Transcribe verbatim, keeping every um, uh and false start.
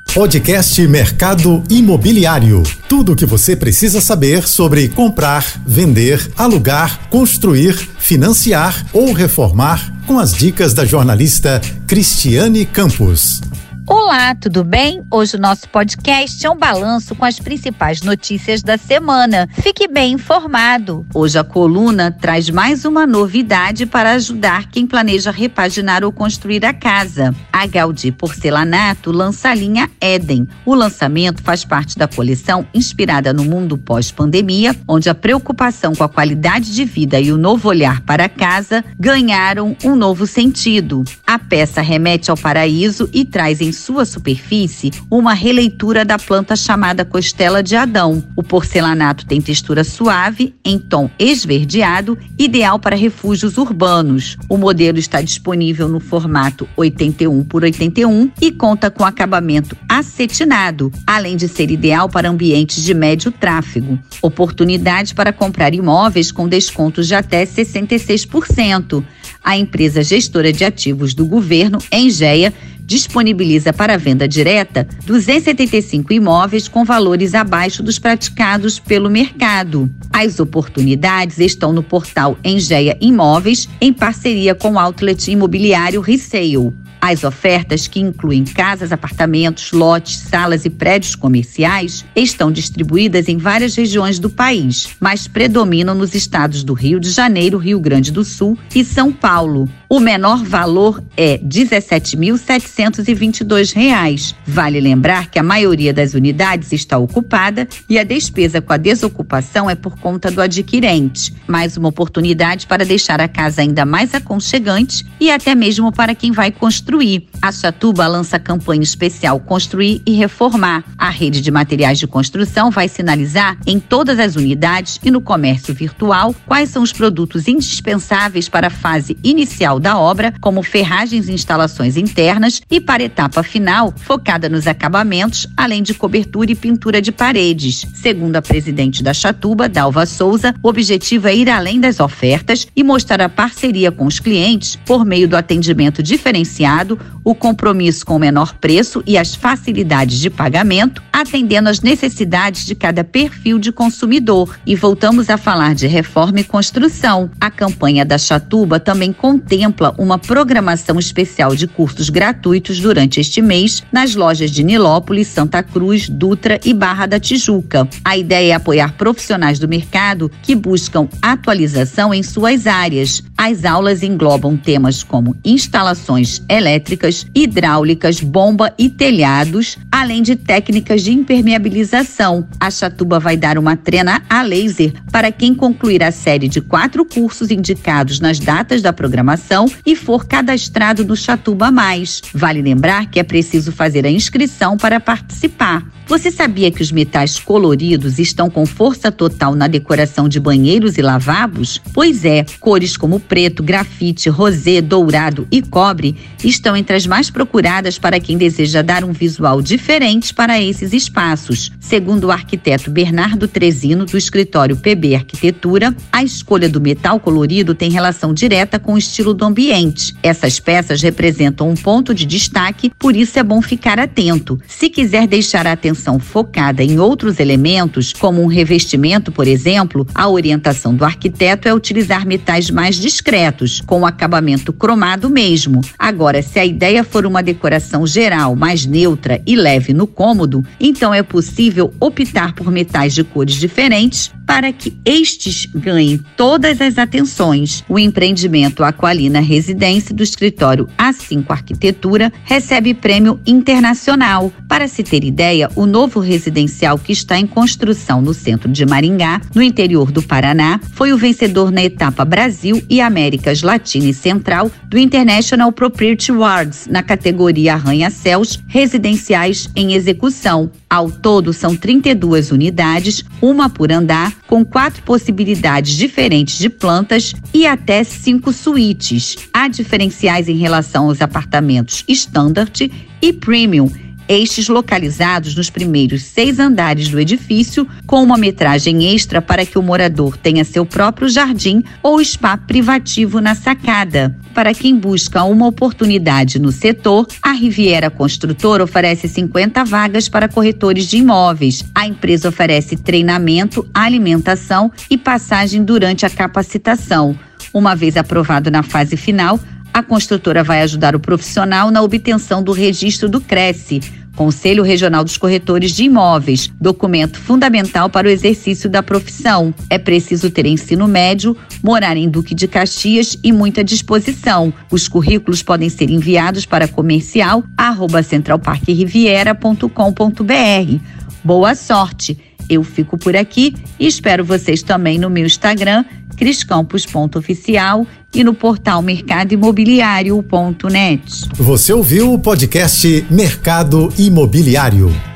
Podcast Mercado Imobiliário. Tudo o que você precisa saber sobre comprar, vender, alugar, construir, financiar ou reformar com as dicas da jornalista Cristiane Campos. Olá, tudo bem? Hoje o nosso podcast é um balanço com as principais notícias da semana. Fique bem informado. Hoje a coluna traz mais uma novidade para ajudar quem planeja repaginar ou construir a casa. A Gaudí Porcelanato lança a linha Éden. O lançamento faz parte da coleção inspirada no mundo pós-pandemia, onde a preocupação com a qualidade de vida e o novo olhar para a casa ganharam um novo sentido. A peça remete ao paraíso e traz em sua superfície uma releitura da planta chamada costela de Adão. O porcelanato tem textura suave, em tom esverdeado, ideal para refúgios urbanos. O modelo está disponível no formato oitenta e um por oitenta e um e conta com acabamento acetinado, além de ser ideal para ambientes de médio tráfego. Oportunidade para comprar imóveis com descontos de até sessenta e seis por cento. A empresa gestora de ativos do governo, Engea, disponibiliza para venda direta duzentos e setenta e cinco imóveis com valores abaixo dos praticados pelo mercado. As oportunidades estão no portal Engea Imóveis, em parceria com o Outlet Imobiliário Resale. As ofertas, que incluem casas, apartamentos, lotes, salas e prédios comerciais, estão distribuídas em várias regiões do país, mas predominam nos estados do Rio de Janeiro, Rio Grande do Sul e São Paulo. O menor valor é dezessete mil setecentos e vinte e dois reais. Vale lembrar que a maioria das unidades está ocupada e a despesa com a desocupação é por conta do adquirente. Mais uma oportunidade para deixar a casa ainda mais aconchegante e até mesmo para quem vai construir. A Chatuba lança a campanha especial Construir e Reformar. A rede de materiais de construção vai sinalizar em todas as unidades e no comércio virtual quais são os produtos indispensáveis para a fase inicial da obra, como ferragens e instalações internas, e para a etapa final, focada nos acabamentos, além de cobertura e pintura de paredes. Segundo a presidente da Chatuba, Dalva Souza, o objetivo é ir além das ofertas e mostrar a parceria com os clientes por meio do atendimento diferenciado, o compromisso com o menor preço e as facilidades de pagamento, atendendo às necessidades de cada perfil de consumidor. E voltamos a falar de reforma e construção. A campanha da Chatuba também contempla uma programação especial de cursos gratuitos durante este mês nas lojas de Nilópolis, Santa Cruz, Dutra e Barra da Tijuca. A ideia é apoiar profissionais do mercado que buscam atualização em suas áreas. As aulas englobam temas como instalações elétricas, hidráulicas, bomba e telhados, além de técnicas de impermeabilização. A Chatuba vai dar uma treina a laser para quem concluir a série de quatro cursos indicados nas datas da programação e for cadastrado no Chatuba Mais. Vale lembrar que é preciso fazer a inscrição para participar. Você sabia que os metais coloridos estão com força total na decoração de banheiros e lavabos? Pois é, cores como preto, grafite, rosé, dourado e cobre estão entre as mais procuradas para quem deseja dar um visual diferente para esses espaços. Segundo o arquiteto Bernardo Trezino, do escritório P B Arquitetura, a escolha do metal colorido tem relação direta com o estilo do ambiente. Essas peças representam um ponto de destaque, por isso é bom ficar atento. Se quiser deixar a atenção focada em outros elementos, como um revestimento, por exemplo, a orientação do arquiteto é utilizar metais mais discretos, com o acabamento cromado mesmo. Agora, se a ideia for uma decoração geral, mais neutra e leve no cômodo, então é possível optar por metais de cores diferentes para que estes ganhem todas as atenções. O empreendimento Aqualina Residência do escritório A cinco Arquitetura recebe prêmio internacional. Para se ter ideia, o novo residencial que está em construção no centro de Maringá, no interior do Paraná, foi o vencedor na etapa Brasil e Américas Latina e Central do International Property Awards, na categoria Arranha-Céus Residenciais em Execução. Ao todo, são trinta e duas unidades, uma por andar, com quatro possibilidades diferentes de plantas e até cinco suítes. Há diferenciais em relação aos apartamentos Standard e Premium, estes localizados nos primeiros seis andares do edifício, com uma metragem extra para que o morador tenha seu próprio jardim ou spa privativo na sacada. Para quem busca uma oportunidade no setor, a Riviera Construtora oferece cinquenta vagas para corretores de imóveis. A empresa oferece treinamento, alimentação e passagem durante a capacitação. Uma vez aprovado na fase final, a construtora vai ajudar o profissional na obtenção do registro do CRECE, Conselho Regional dos Corretores de Imóveis, documento fundamental para o exercício da profissão. É preciso ter ensino médio, morar em Duque de Caxias e muita disposição. Os currículos podem ser enviados para comercial arroba central park riviera ponto com ponto br. Boa sorte! Eu fico por aqui e espero vocês também no meu Instagram, cris campos ponto oficial, e no portal mercado imobiliário ponto net. Você ouviu o podcast Mercado Imobiliário.